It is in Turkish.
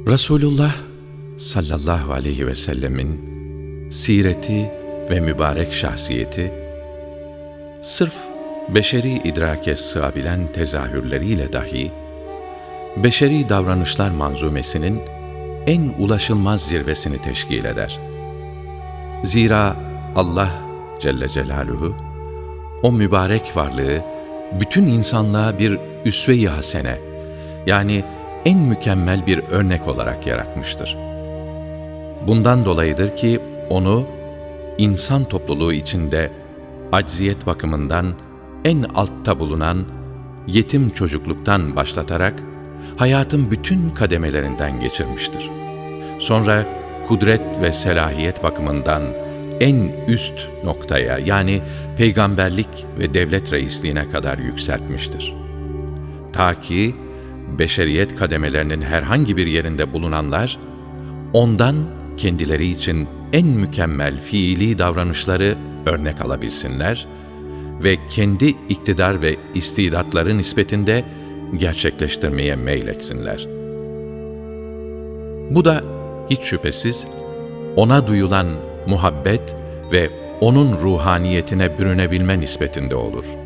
Resulullah sallallahu aleyhi ve sellemin sireti ve mübarek şahsiyeti, sırf beşeri idrake sığabilen tezahürleriyle dahi, beşeri davranışlar manzumesinin en ulaşılmaz zirvesini teşkil eder. Zira Allah Celle Celaluhu, o mübarek varlığı bütün insanlığa bir üsve-i hasene, yani en mükemmel bir örnek olarak yaratmıştır. Bundan dolayıdır ki onu insan topluluğu içinde acziyet bakımından en altta bulunan yetim çocukluktan başlatarak hayatın bütün kademelerinden geçirmiştir. Sonra kudret ve selahiyet bakımından en üst noktaya, yani peygamberlik ve devlet reisliğine kadar yükseltmiştir. Ta ki beşeriyet kademelerinin herhangi bir yerinde bulunanlar, ondan kendileri için en mükemmel fiili davranışları örnek alabilsinler ve kendi iktidar ve istidatları nispetinde gerçekleştirmeye meyletsinler. Bu da hiç şüphesiz ona duyulan muhabbet ve onun ruhaniyetine bürünebilme nispetinde olur.